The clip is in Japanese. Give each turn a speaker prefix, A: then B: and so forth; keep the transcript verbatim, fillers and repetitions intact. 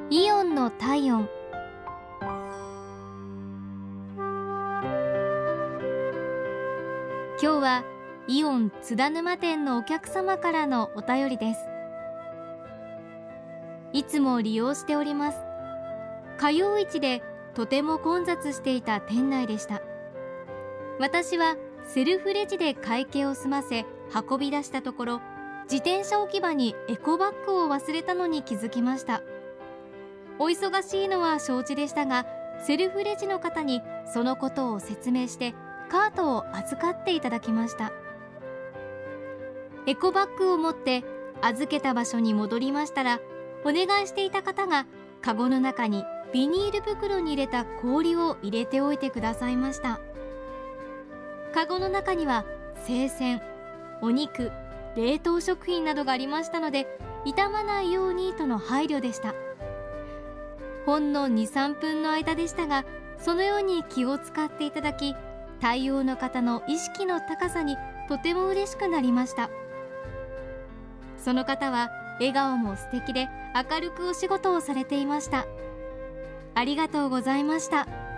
A: イオンの体温。今日はイオン津田沼店のお客様からのお便りです。いつも利用しております。火曜市でとても混雑していた店内でした。私はセルフレジで会計を済ませ運び出したところ、自転車置き場にエコバッグを忘れたのに気づきました。お忙しいのは承知でしたが、セルフレジの方にそのことを説明してカートを預かっていただきました。エコバッグを持って預けた場所に戻りましたら、お願いしていた方がカゴの中にビニール袋に入れた氷を入れておいてくださいました。カゴの中には生鮮、お肉、冷凍食品などがありましたので、傷まないようにとの配慮でした。ほんの にさんぷんの間でしたが、そのように気を使っていただき、対応の方の意識の高さにとても嬉しくなりました。その方は笑顔も素敵で明るくお仕事をされていました。ありがとうございました。